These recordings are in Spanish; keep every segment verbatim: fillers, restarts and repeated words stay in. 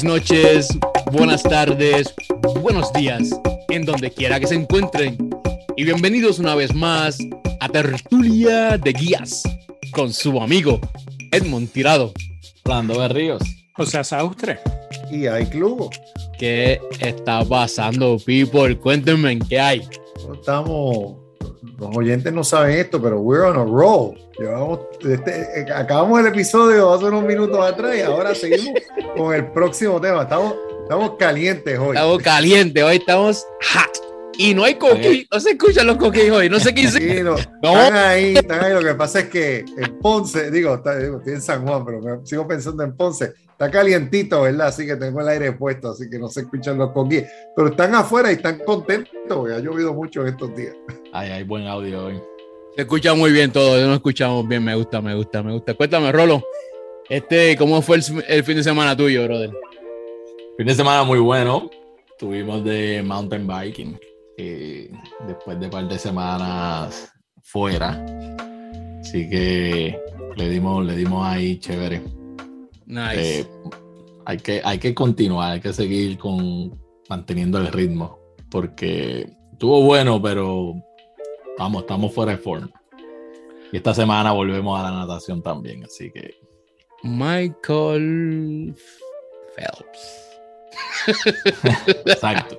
Buenas noches, buenas tardes, buenos días, en donde quiera que se encuentren. Y bienvenidos una vez más a Tertulia de Guías, con su amigo Edmond Tirado, Orlando Berríos, José Saustre y hay Clubo. ¿Qué está pasando, people? Cuéntenme, ¿qué hay? Estamos, los oyentes no saben esto, pero we're on a roll. Llevamos, este, acabamos el episodio hace unos minutos atrás y ahora seguimos con el próximo tema. Estamos, estamos calientes hoy. Estamos calientes, hoy estamos hot. Y no hay coquí, no se escuchan los coquís hoy, no sé qué hice. Sí, no, están ahí, están ahí. Lo que pasa es que en Ponce, digo, está, digo, estoy en San Juan, pero me sigo pensando en Ponce. Está calientito, ¿verdad? Así que tengo el aire puesto, así que no se escuchan los coquís. Pero están afuera y están contentos, porque ha llovido mucho en estos días. Ay, hay buen audio hoy. Se escucha muy bien todo, no escuchamos bien, me gusta, me gusta, me gusta. Cuéntame, Rolo, este, ¿cómo fue el, el fin de semana tuyo, brother? Fin de semana muy bueno. Tuvimos de mountain biking. Eh, después de un par de semanas fuera, así que le dimos, le dimos ahí chévere. Nice. Eh, hay que, hay que continuar, hay que seguir con manteniendo el ritmo, porque estuvo bueno, pero vamos, estamos fuera de forma. Y esta semana volvemos a la natación también, así que Michael Phelps. Exacto.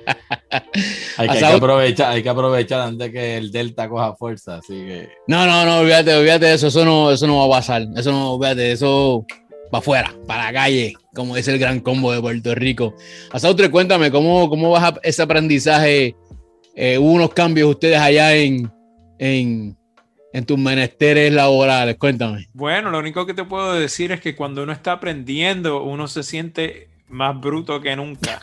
Hay que, hay que aprovechar, hay que aprovechar antes que el Delta coja fuerza, así que. No, no, no, olvídate, olvídate de eso, eso no, eso no va a pasar, eso no, olvídate, eso va afuera, para la calle, como dice el gran combo de Puerto Rico. Asautre, cuéntame, ¿cómo, cómo vas a ese aprendizaje? Eh, ¿Hubo unos cambios ustedes allá en, en, en tus menesteres laborales? Cuéntame. Bueno, lo único que te puedo decir es que cuando uno está aprendiendo, uno se siente más bruto que nunca.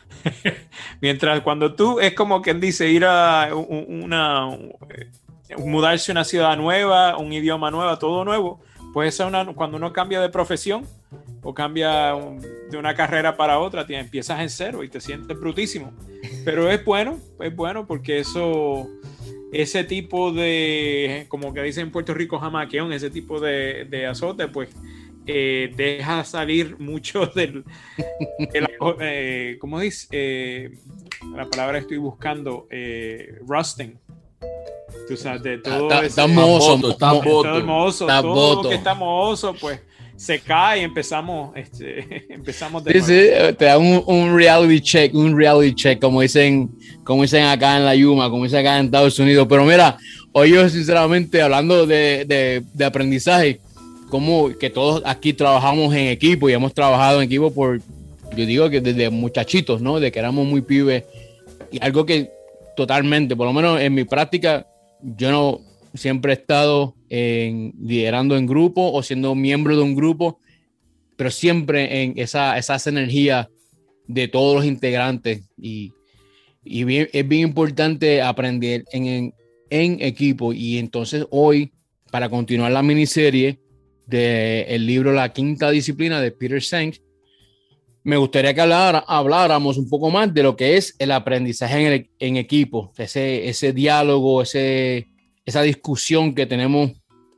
Mientras cuando tú, es como quien dice, ir a una, mudarse a una ciudad nueva, un idioma nuevo, todo nuevo, pues eso una, cuando uno cambia de profesión o cambia un, de una carrera para otra, te, empiezas en cero y te sientes brutísimo. Pero es bueno, es bueno porque eso, ese tipo de, como que dicen en Puerto Rico, jamaqueón, ese tipo de, de azote, pues Eh, deja salir mucho del, de la, eh, ¿cómo dice? Eh, la palabra que estoy buscando, eh, rusting. Tú sabes, de todo está, ese, está mozo, está todo mozo, está todo boto. lo que está mozo, pues se cae y empezamos, este, empezamos de sí, nuevo. sí, te da un, un reality check, un reality check, como dicen, como dicen acá en la Yuma, como dicen acá en Estados Unidos. Pero mira, hoy yo sinceramente hablando de, de, de aprendizaje, como que todos aquí trabajamos en equipo y hemos trabajado en equipo por, yo digo que desde muchachitos, ¿no? De que éramos muy pibes, y algo que totalmente, por lo menos en mi práctica, yo no siempre he estado en, liderando en grupo o siendo miembro de un grupo, pero siempre en esa, esas energías de todos los integrantes, y, y bien, es bien importante aprender en, en, en equipo. Y entonces hoy, para continuar la miniserie del libro La Quinta Disciplina de Peter Senge, me gustaría que hablara, habláramos un poco más de lo que es el aprendizaje en, el, en equipo, ese, ese diálogo, ese, esa discusión que tenemos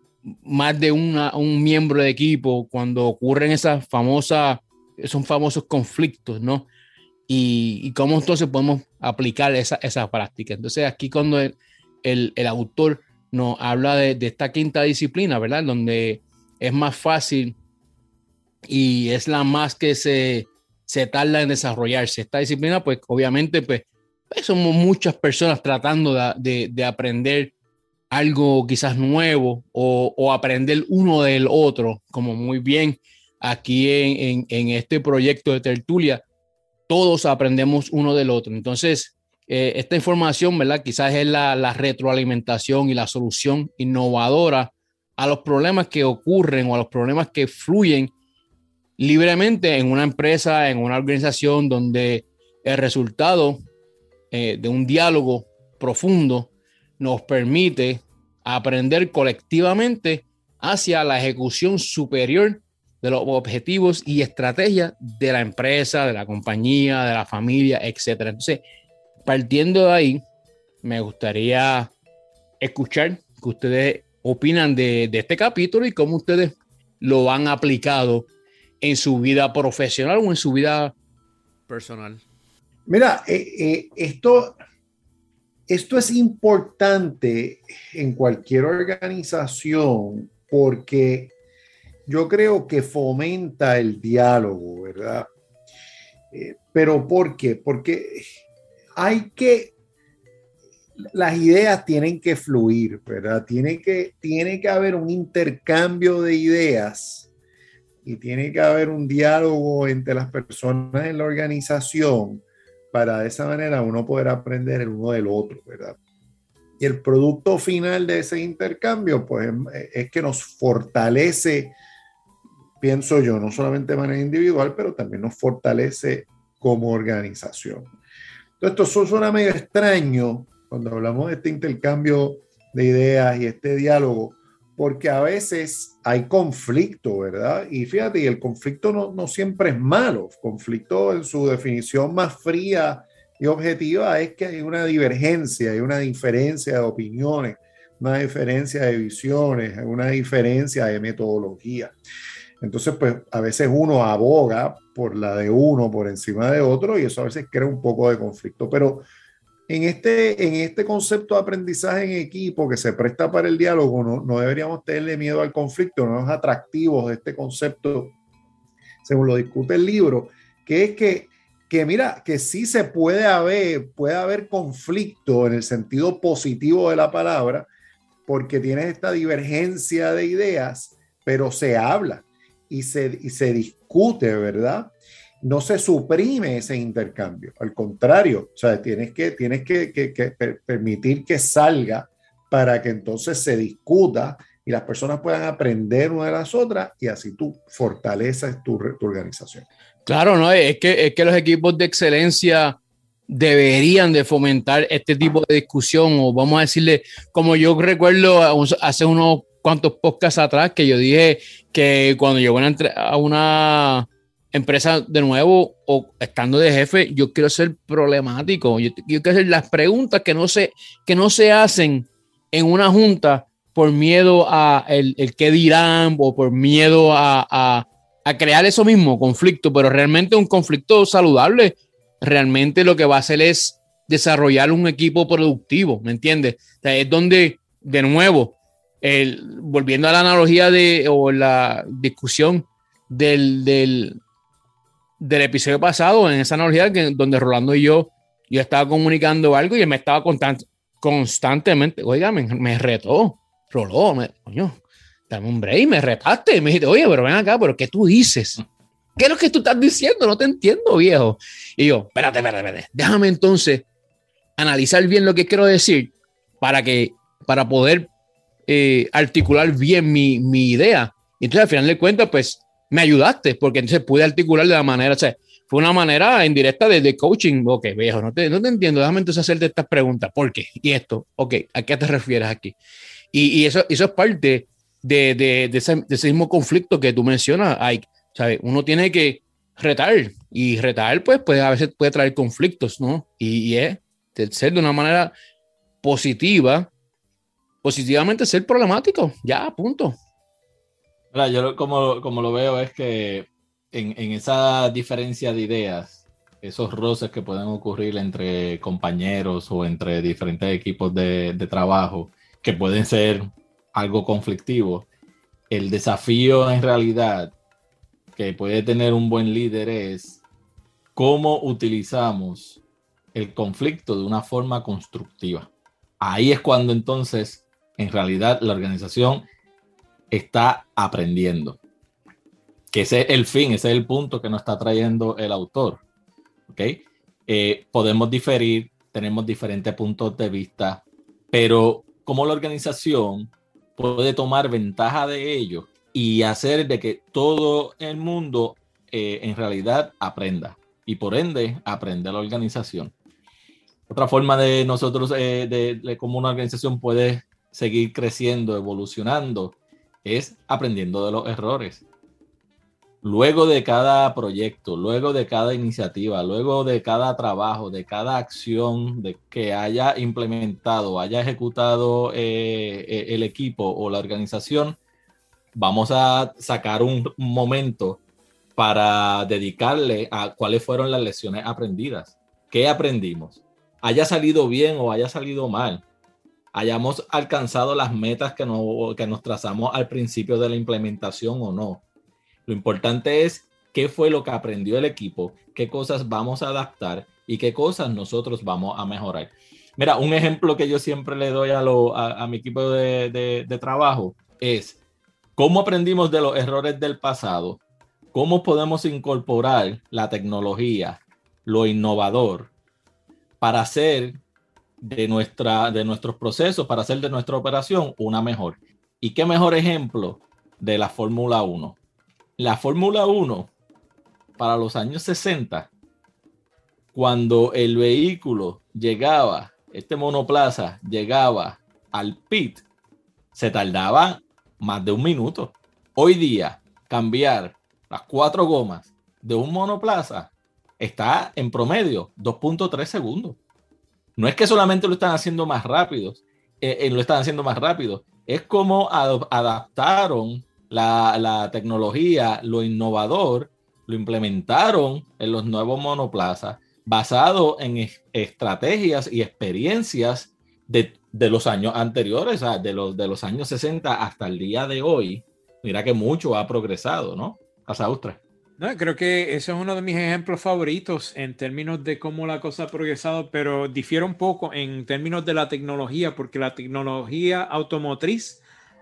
más de una, un miembro de equipo cuando ocurren esas famosas, esos famosos conflictos, ¿no? Y, y cómo entonces podemos aplicar esa, esa práctica. Entonces aquí cuando el, el, el autor nos habla de, de esta quinta disciplina, ¿verdad? Donde es más fácil y es la más que se, se tarda en desarrollarse. Esta disciplina, pues obviamente, pues, pues somos muchas personas tratando de, de, de aprender algo quizás nuevo o, o aprender uno del otro, como muy bien aquí en, en, en este proyecto de Tertulia, todos aprendemos uno del otro. Entonces, eh, esta información, ¿verdad? Quizás es la, la retroalimentación y la solución innovadora a los problemas que ocurren o a los problemas que fluyen libremente en una empresa, en una organización, donde el resultado eh, de un diálogo profundo nos permite aprender colectivamente hacia la ejecución superior de los objetivos y estrategias de la empresa, de la compañía, de la familia, etcétera. Entonces, partiendo de ahí, me gustaría escuchar que ustedes opinan de, de este capítulo y cómo ustedes lo han aplicado en su vida profesional o en su vida personal? Mira, eh, eh, esto, esto es importante en cualquier organización porque yo creo que fomenta el diálogo, ¿verdad? Eh, pero ¿por qué? Porque hay que, las ideas tienen que fluir, ¿verdad? Tiene que, tiene que haber un intercambio de ideas y tiene que haber un diálogo entre las personas en la organización para de esa manera uno poder aprender el uno del otro, ¿verdad? Y el producto final de ese intercambio, pues, es que nos fortalece, pienso yo, no solamente de manera individual, pero también nos fortalece como organización. Entonces, esto suena medio extraño cuando hablamos de este intercambio de ideas y este diálogo, porque a veces hay conflicto, ¿verdad? Y fíjate, y el conflicto no, no siempre es malo. Conflicto en su definición más fría y objetiva es que hay una divergencia, hay una diferencia de opiniones, una diferencia de visiones, una diferencia de metodología. Entonces, pues a veces uno aboga por la de uno por encima de otro y eso a veces crea un poco de conflicto. Pero en este, en este concepto de aprendizaje en equipo que se presta para el diálogo, no, no deberíamos tenerle miedo al conflicto, no es atractivo de este concepto, según lo discute el libro, que es que, que mira, que sí se puede haber, puede haber conflicto en el sentido positivo de la palabra, porque tienes esta divergencia de ideas, pero se habla y se, y se discute, ¿verdad? No se suprime ese intercambio, al contrario, o sea, tienes que, tienes que, que, que per- permitir que salga para que entonces se discuta y las personas puedan aprender una de las otras y así tú fortaleces tu, tu organización. Claro, no, es que, es que los equipos de excelencia deberían de fomentar este tipo de discusión, o vamos a decirle, como yo recuerdo hace unos cuantos podcasts atrás que yo dije que cuando yo voy a, entre- a una empresa de nuevo o estando de jefe, yo quiero ser problemático, yo, yo quiero hacer las preguntas que no se, que no se hacen en una junta por miedo a el, el qué dirán o por miedo a, a, a crear eso mismo, conflicto, pero realmente un conflicto saludable, realmente lo que va a hacer es desarrollar un equipo productivo, ¿me entiendes? O sea, es donde, de nuevo, el, volviendo a la analogía de, o la discusión del, del, del episodio pasado, en esa analogía que, donde Rolando y yo, yo estaba comunicando algo y él me estaba constant, constantemente, oiga, me, me retó, Roló, me, coño, dame un break, me retaste, y me dijiste, oye, pero ven acá, pero ¿qué tú dices? ¿Qué es lo que tú estás diciendo? No te entiendo, viejo. Y yo, espérate, espérate, espérate, déjame entonces analizar bien lo que quiero decir para que, para poder eh, articular bien mi, mi idea. Y entonces al final de cuentas, pues, me ayudaste, porque entonces pude articular de la manera, o sea, fue una manera indirecta de, de coaching. Ok, viejo, no te, no te entiendo, déjame entonces hacerte estas preguntas. ¿Por qué? Y esto, ok, ¿a qué te refieres aquí? Y, y eso, eso es parte de, de, de, ese, de ese mismo conflicto que tú mencionas, Ike, ¿sabes? Uno tiene que retar, y retar, pues, pues a veces puede traer conflictos, ¿no? Y, y es de ser de una manera positiva, positivamente ser problemático, ya, punto. Mira, yo como, como lo veo es que en, en esa diferencia de ideas, esos roces que pueden ocurrir entre compañeros o entre diferentes equipos de, de trabajo, que pueden ser algo conflictivo, el desafío en realidad que puede tener un buen líder es cómo utilizamos el conflicto de una forma constructiva. Ahí es cuando entonces, en realidad, la organización está aprendiendo. Que ese es el fin, ese es el punto que nos está trayendo el autor. ¿Ok? Eh, podemos diferir, tenemos diferentes puntos de vista, pero cómo la organización puede tomar ventaja de ello y hacer de que todo el mundo eh, en realidad aprenda y por ende aprenda la organización. Otra forma de nosotros, eh, de, de cómo una organización puede seguir creciendo, evolucionando, es aprendiendo de los errores. Luego de cada proyecto, luego de cada iniciativa, luego de cada trabajo, de cada acción de que haya implementado, haya ejecutado eh, el equipo o la organización, vamos a sacar un momento para dedicarle a cuáles fueron las lecciones aprendidas. ¿Qué aprendimos? Haya salido bien o haya salido mal, hayamos alcanzado las metas que, no, que nos trazamos al principio de la implementación o no. Lo importante es qué fue lo que aprendió el equipo, qué cosas vamos a adaptar y qué cosas nosotros vamos a mejorar. Mira, un ejemplo que yo siempre le doy a, lo, a, a mi equipo de, de, de trabajo es cómo aprendimos de los errores del pasado, cómo podemos incorporar la tecnología, lo innovador, para hacer de, nuestra, de nuestros procesos, para hacer de nuestra operación una mejor. ¿Y qué mejor ejemplo de la Fórmula uno? La Fórmula uno, para los años sesenta, cuando el vehículo llegaba, este monoplaza llegaba al pit, se tardaba más de un minuto. Hoy día, cambiar las cuatro gomas de un monoplaza está en promedio dos punto tres segundos. No es que solamente lo están haciendo más rápido, eh, eh, lo están haciendo más rápido, es como ad- adaptaron la, la tecnología, lo innovador, lo implementaron en los nuevos monoplazas, basado en es- estrategias y experiencias de, de los años anteriores, o sea, de los, de los años sesenta hasta el día de hoy. Mira que mucho ha progresado, ¿no? Asaustra. No, creo que ese es uno de mis ejemplos favoritos en términos de cómo la cosa ha progresado, pero difiere un poco en términos de la tecnología, porque la tecnología automotriz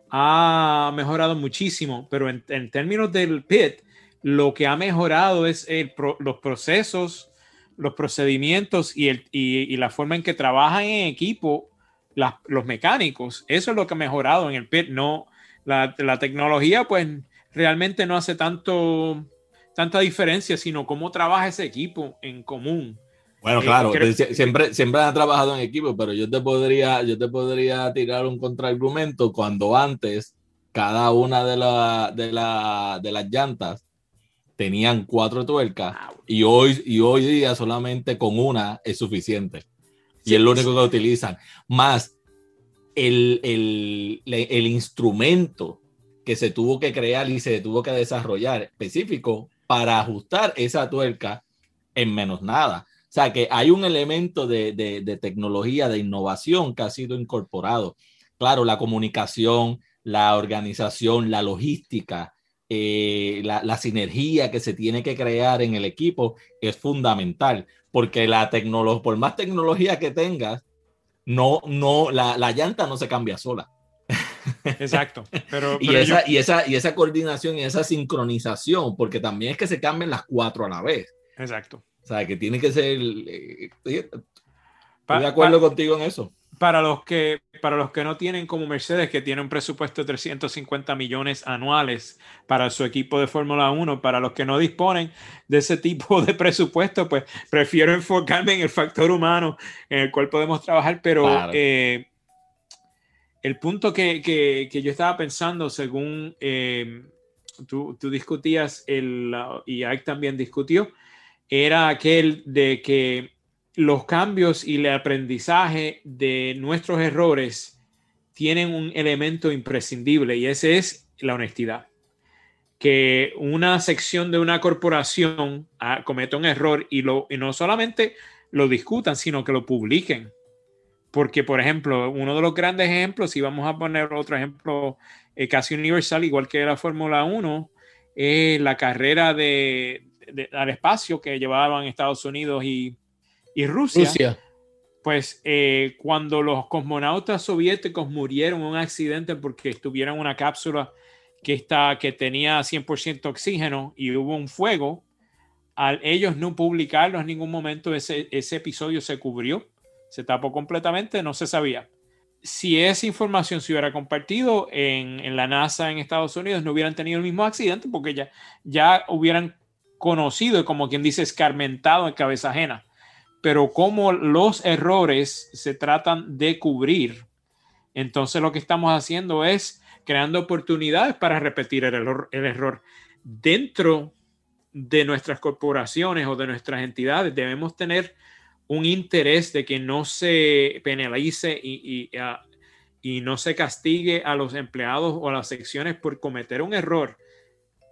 ha mejorado muchísimo, pero en, en términos del pit, lo que ha mejorado es el pro, los procesos, los procedimientos y, el, y, y la forma en que trabajan en equipo la, los mecánicos. Eso es lo que ha mejorado en el pit. No, la, la tecnología pues realmente no hace tanto... tanta diferencia, sino cómo trabaja ese equipo en común. Bueno, Eh, claro, creo... siempre, siempre han trabajado en equipo, pero yo te podría, yo te podría tirar un contraargumento cuando antes cada una de, la, de, la, de las llantas tenían cuatro tuercas y hoy, y hoy día solamente con una es suficiente. Y sí, es lo único que utilizan. Más el, el, el instrumento que se tuvo que crear y se tuvo que desarrollar específico para ajustar esa tuerca en menos nada. O sea, que hay un elemento de, de, de tecnología, de innovación que ha sido incorporado. Claro, la comunicación, la organización, la logística, eh, la, la sinergia que se tiene que crear en el equipo es fundamental, porque la tecnología, por más tecnología que tengas, no, no, la, la llanta no se cambia sola. Exacto. Pero, y, pero esa, yo... y, esa, y esa coordinación y esa sincronización, porque también es que se cambien las cuatro a la vez. Exacto. O sea, que tiene que ser... Eh, estoy pa, de acuerdo pa, contigo en eso. Para los, que, para los que no tienen como Mercedes, que tiene un presupuesto de trescientos cincuenta millones anuales para su equipo de Fórmula uno, para los que no disponen de ese tipo de presupuesto, pues prefiero enfocarme en el factor humano en el cual podemos trabajar, pero... Claro. Eh, el punto que, que, que yo estaba pensando, según eh, tú, tú discutías, el, uh, y Ike también discutió, era aquel de que los cambios y el aprendizaje de nuestros errores tienen un elemento imprescindible y ese es la honestidad. Que una sección de una corporación ah, cometa un error y, lo, y no solamente lo discutan, sino que lo publiquen. Porque, por ejemplo, uno de los grandes ejemplos, si vamos a poner otro ejemplo eh, casi universal, igual que la Fórmula uno, es la carrera de, de, al espacio que llevaban Estados Unidos y, y Rusia. Rusia. Pues eh, cuando los cosmonautas soviéticos murieron en un accidente porque estuvieron en una cápsula que, está, que tenía cien por ciento oxígeno y hubo un fuego, al ellos no publicarlo en ningún momento, ese, ese episodio se cubrió. Se tapó completamente, no se sabía. Si esa información se hubiera compartido en, en la NASA en Estados Unidos, no hubieran tenido el mismo accidente porque ya, ya hubieran conocido, como quien dice, escarmentado en cabeza ajena. Pero como los errores se tratan de cubrir, entonces lo que estamos haciendo es creando oportunidades para repetir el error, el error. Dentro de nuestras corporaciones o de nuestras entidades debemos tener un interés de que no se penalice y, y, uh, y no se castigue a los empleados o a las secciones por cometer un error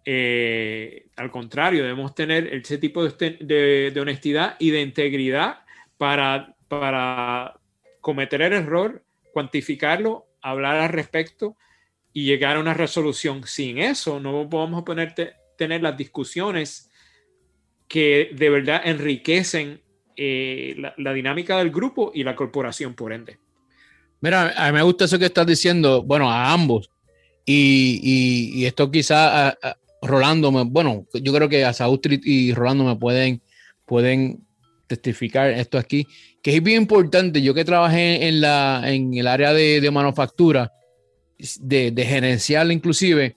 Eh, al contrario, debemos tener ese tipo de, de, de honestidad y de integridad para, para cometer el error, cuantificarlo, hablar al respecto y llegar a una resolución. Sin eso no podemos ponerte, tener las discusiones que de verdad enriquecen eh, la, la dinámica del grupo y la corporación, por ende. Mira, a mí me gusta eso que estás diciendo, bueno, a ambos. Y, y, y esto quizá a, a Rolando, me, bueno, yo creo que a Saúl y Rolando me pueden, pueden testificar esto aquí, que es bien importante. Yo que trabajé en, la, en el área de, de manufactura, de, de gerencial inclusive,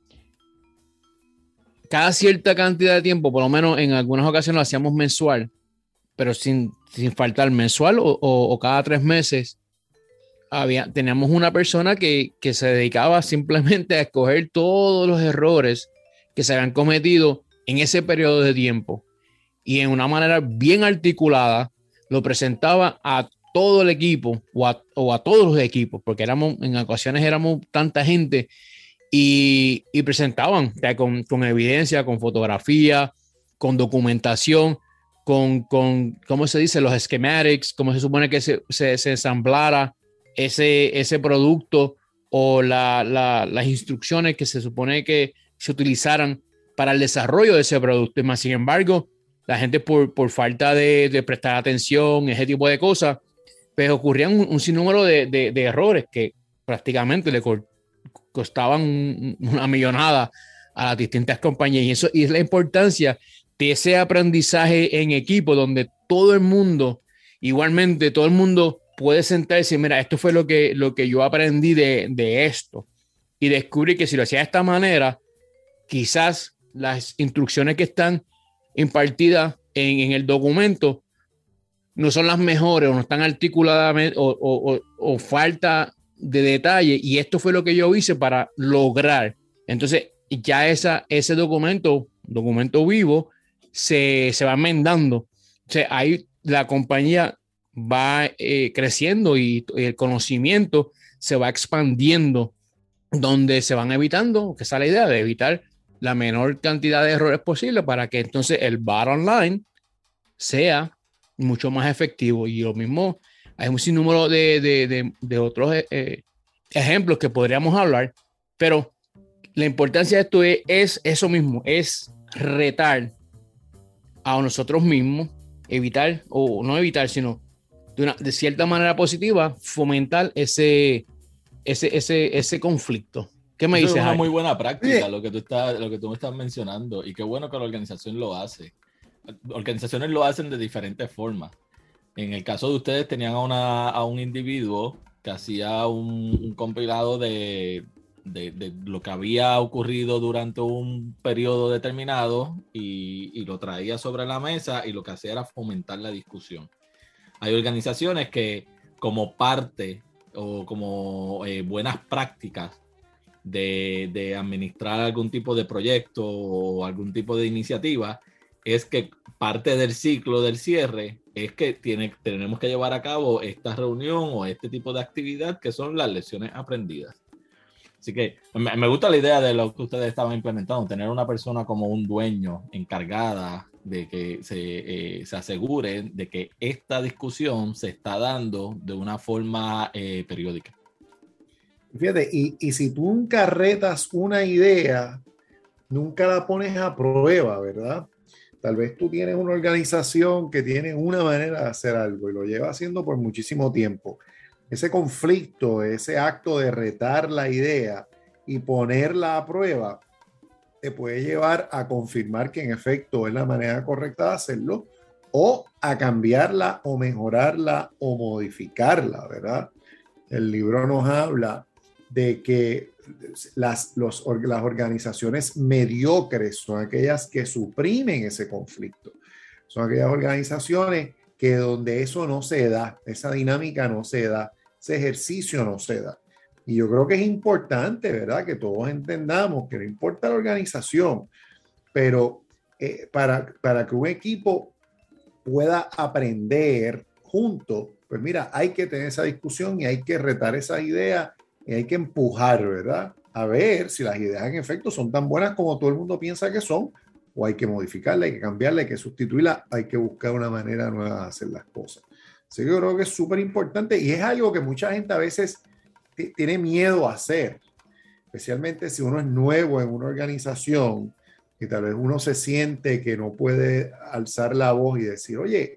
cada cierta cantidad de tiempo, por lo menos en algunas ocasiones lo hacíamos mensual, pero sin, sin faltar mensual o, o, o cada tres meses, había, teníamos una persona que, que se dedicaba simplemente a escoger todos los errores que se habían cometido en ese periodo de tiempo y en una manera bien articulada lo presentaba a todo el equipo o a, o a todos los equipos, porque éramos, en ocasiones éramos tanta gente y, y presentaban, o sea, con, con evidencia, con fotografía, con documentación, con, con, ¿cómo se dice? Los schematics, cómo se supone que se, se, se ensamblara ese, ese producto o la, la, las instrucciones que se supone que se utilizaran para el desarrollo de ese producto. Y más sin embargo, la gente por, por falta de, de prestar atención, ese tipo de cosas, pues ocurrían un, un sinnúmero de, de, de errores que prácticamente le costaban un, una millonada a las distintas compañías. Y eso y es la importancia de ese aprendizaje en equipo donde todo el mundo, igualmente todo el mundo puede sentarse y decir, mira, esto fue lo que, lo que yo aprendí de, de esto. Y descubrí que si lo hacía de esta manera, quizás las instrucciones que están impartidas en, en el documento no son las mejores o no están articuladas o, o, o, o falta de detalle. Y esto fue lo que yo hice para lograr. Entonces, ya esa, ese documento, documento vivo, se, se va enmendando. O sea, ahí la compañía va eh, creciendo y, y el conocimiento se va expandiendo, donde se van evitando, que esa es la idea, de evitar la menor cantidad de errores posible para que entonces el bottom line sea mucho más efectivo. Y lo mismo, hay un sinnúmero de, de, de, de otros eh, ejemplos que podríamos hablar, pero la importancia de esto es, es eso mismo, es retar a nosotros mismos, evitar, o no evitar, sino de, una, de cierta manera positiva, fomentar ese, ese, ese, ese conflicto. ¿Qué me Eso dices? Es una Jaime? muy buena práctica lo que tú estás, lo que tú me estás mencionando, y qué bueno que la organización lo hace. Organizaciones lo hacen de diferentes formas. En el caso de ustedes tenían a, una, a un individuo que hacía un, un compilado de, de, de lo que había ocurrido durante un periodo determinado y, y lo traía sobre la mesa, y lo que hacía era fomentar la discusión. Hay organizaciones que, como parte o como eh, buenas prácticas de, de administrar algún tipo de proyecto o algún tipo de iniciativa, es que parte del ciclo del cierre es que tiene, tenemos que llevar a cabo esta reunión o este tipo de actividad que son las lecciones aprendidas. Así que me, me gusta la idea de lo que ustedes estaban implementando, tener una persona como un dueño encargada de que se, eh, se asegure de que esta discusión se está dando de una forma eh, periódica. Fíjate, y, y si tú nunca retas una idea, nunca la pones a prueba, ¿verdad? Tal vez tú tienes una organización que tiene una manera de hacer algo y lo lleva haciendo por muchísimo tiempo. Ese conflicto, ese acto de retar la idea y ponerla a prueba, te puede llevar a confirmar que en efecto es la manera correcta de hacerlo, o a cambiarla o mejorarla o modificarla, ¿verdad? El libro nos habla de que las, los, las organizaciones mediocres son aquellas que suprimen ese conflicto. Son aquellas organizaciones que donde eso no se da, esa dinámica no se da, ese ejercicio no se da. Y yo creo que es importante, ¿verdad?, que todos entendamos que no importa la organización, pero eh, para, para que un equipo pueda aprender juntos, pues mira, hay que tener esa discusión y hay que retar esa idea y hay que empujar, ¿verdad? a ver si las ideas en efecto son tan buenas como todo el mundo piensa que son, o hay que modificarla, hay que cambiarla, hay que sustituirla, hay que buscar una manera nueva de hacer las cosas. Así que yo creo que es súper importante y es algo que mucha gente a veces t- tiene miedo a hacer, especialmente si uno es nuevo en una organización y tal vez uno se siente que no puede alzar la voz y decir, oye,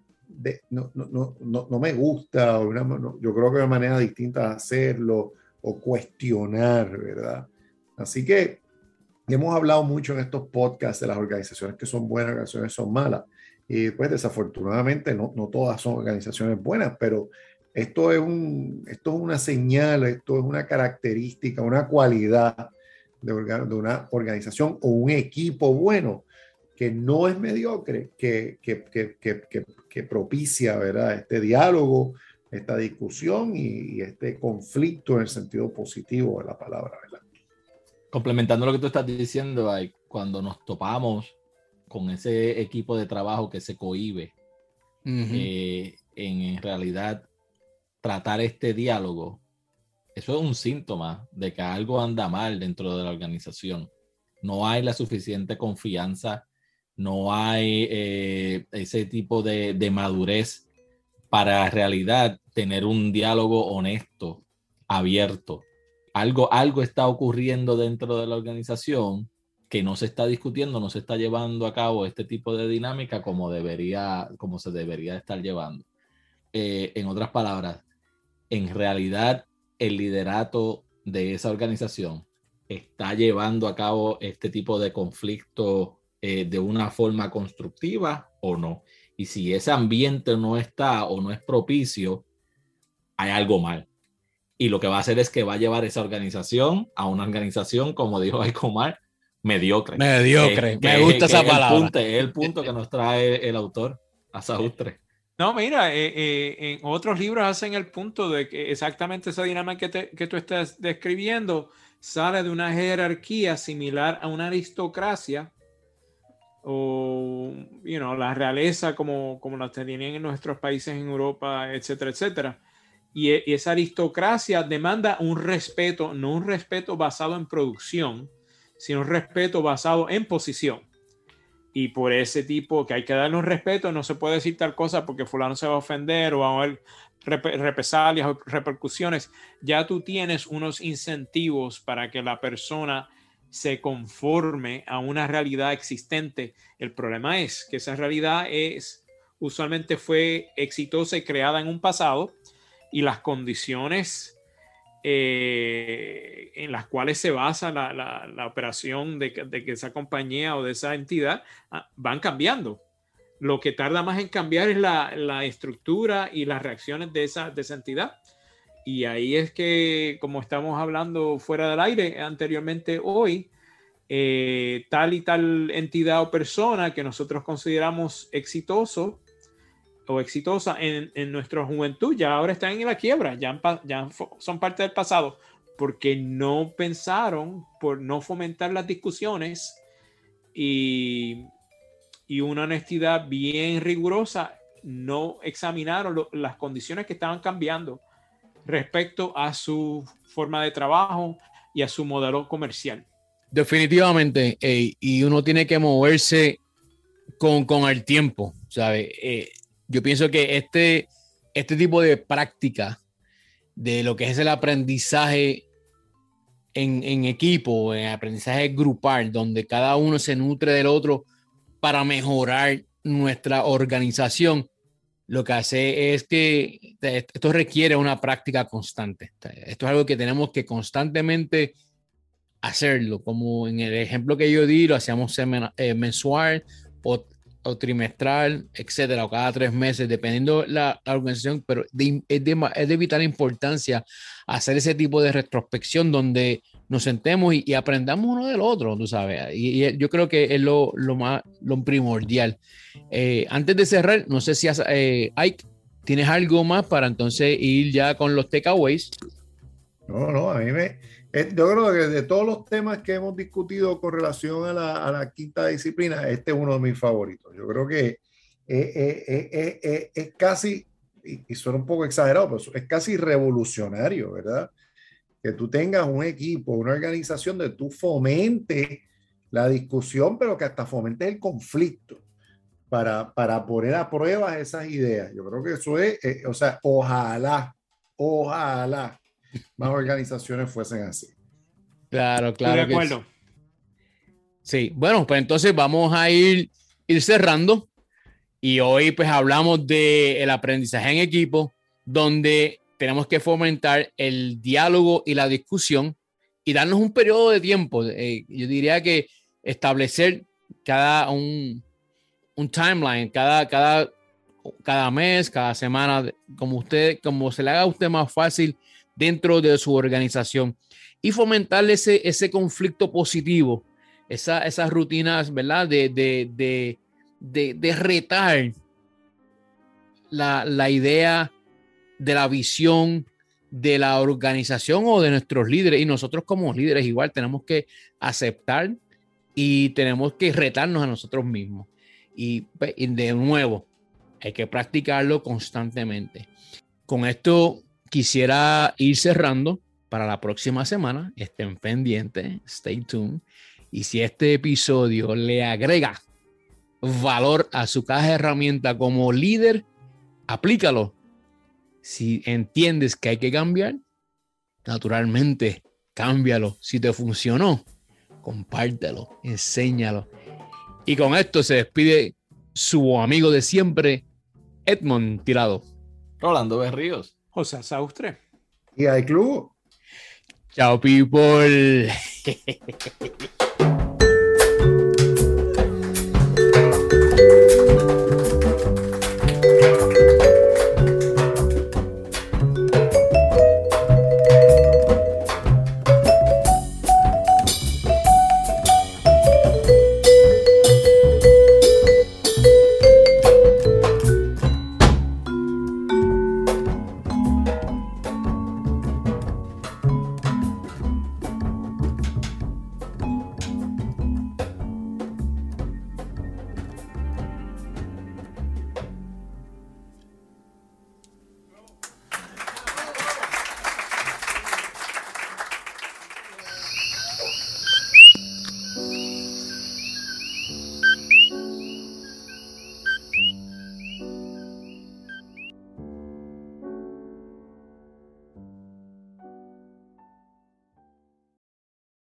de, no, no, no, no, no me gusta, o una, no, yo creo que hay una manera distinta de hacerlo, o cuestionar, ¿verdad? Así que hemos hablado mucho en estos podcasts de las organizaciones que son buenas, organizaciones que son malas, y pues desafortunadamente no, no todas son organizaciones buenas, pero esto es, un, esto es una señal, esto es una característica, una cualidad de, orga, de una organización o un equipo bueno, que no es mediocre, que, que, que, que, que, que propicia, ¿verdad?, este diálogo, esta discusión y, y este conflicto en el sentido positivo de la palabra, ¿verdad? Complementando lo que tú estás diciendo, ay, cuando nos topamos con ese equipo de trabajo que se cohíbe, uh-huh. eh, en, en realidad tratar este diálogo, eso es un síntoma de que algo anda mal dentro de la organización. No hay la suficiente confianza, no hay eh, ese tipo de, de madurez para en realidad tener un diálogo honesto, abierto. Algo, algo está ocurriendo dentro de la organización que no se está discutiendo, no se está llevando a cabo este tipo de dinámica como debería, como se debería estar llevando. Eh, en otras palabras, en realidad el liderato de esa organización está llevando a cabo este tipo de conflicto eh, de una forma constructiva o no. Y si ese ambiente no está o no es propicio, hay algo mal. Y lo que va a hacer es que va a llevar esa organización a una organización, como dijo Aicomar, mediocre. Mediocre, que, me que, gusta que esa es palabra. El punto, es el punto que nos trae el autor, Asahustre. No, mira, eh, eh, en otros libros hacen el punto de que exactamente esa dinámica que, te, que tú estás describiendo sale de una jerarquía similar a una aristocracia o, you know, la realeza como, como la tenían en nuestros países en Europa, etcétera, etcétera. Y, y esa aristocracia demanda un respeto, no un respeto basado en producción, sino un respeto basado en posición. Y por ese tipo que hay que darle un respeto, no se puede decir tal cosa porque fulano se va a ofender o va a haber rep represalias o repercusiones. Ya tú tienes unos incentivos para que la persona se conforme a una realidad existente. El problema es que esa realidad es, usualmente fue exitosa y creada en un pasado y las condiciones Eh, en las cuales se basa la, la, la operación de que, de que esa compañía o de esa entidad ah, van cambiando. Lo que tarda más en cambiar es la, la estructura y las reacciones de esa, de esa entidad. Y ahí es que, como estamos hablando fuera del aire anteriormente hoy, eh, tal y tal entidad o persona que nosotros consideramos exitoso o exitosa en, en nuestra juventud, ya ahora están en la quiebra, ya, ya son parte del pasado, porque no pensaron, por no fomentar las discusiones y, y una honestidad bien rigurosa, no examinaron lo, las condiciones que estaban cambiando respecto a su forma de trabajo y a su modelo comercial. Definitivamente, eh, y uno tiene que moverse con, con el tiempo, ¿sabes? Eh, Yo pienso que este, este tipo de práctica de lo que es el aprendizaje en, en equipo, en aprendizaje grupal, donde cada uno se nutre del otro para mejorar nuestra organización, lo que hace es que esto requiere una práctica constante. Esto es algo que tenemos que constantemente hacerlo, como en el ejemplo que yo di, lo hacíamos semana, eh, mensual o o trimestral, etcétera, o cada tres meses, dependiendo la, la organización, pero de, es, de, es de vital importancia hacer ese tipo de retrospección donde nos sentemos y, y aprendamos uno del otro, tú sabes, y, y yo creo que es lo, lo más, lo primordial. Eh, antes de cerrar, no sé si has, eh, Ike, ¿tienes algo más para entonces ir ya con los takeaways? No, no, a mí me... Yo creo que de todos los temas que hemos discutido con relación a la, a la quinta disciplina, este es uno de mis favoritos. Yo creo que es, es, es, es, es casi, y, y suena un poco exagerado, pero es casi revolucionario, ¿verdad? que tú tengas un equipo, una organización donde tú fomentes la discusión, pero que hasta fomentes el conflicto para, para poner a prueba esas ideas. Yo creo que eso es, eh, o sea, ojalá, ojalá más organizaciones fuesen así. Claro, claro. Estoy de acuerdo. Sí. sí, bueno, pues entonces vamos a ir, ir cerrando. Y hoy pues hablamos del aprendizaje en equipo, donde tenemos que fomentar el diálogo y la discusión y darnos un periodo de tiempo. Eh, yo diría que establecer cada un, un timeline, cada, cada, cada mes, cada semana, como usted, como se le haga a usted más fácil dentro de su organización y fomentar ese, ese conflicto positivo, esa, esas rutinas, ¿verdad? De, de, de De, de retar la, la idea de la visión de la organización o de nuestros líderes. Y nosotros como líderes igual tenemos que aceptar y tenemos que retarnos a nosotros mismos. Y, y de nuevo, hay que practicarlo constantemente. Con esto quisiera ir cerrando para la próxima semana. Estén pendientes, stay tuned. Y si este episodio le agrega valor a su caja de herramientas como líder, aplícalo. Si entiendes que hay que cambiar, naturalmente, cámbialo. Si te funcionó, compártelo, enséñalo. Y con esto se despide su amigo de siempre, Edmond Tirado. Rolando Berríos. José Saustre. Y hay club. Chao, people.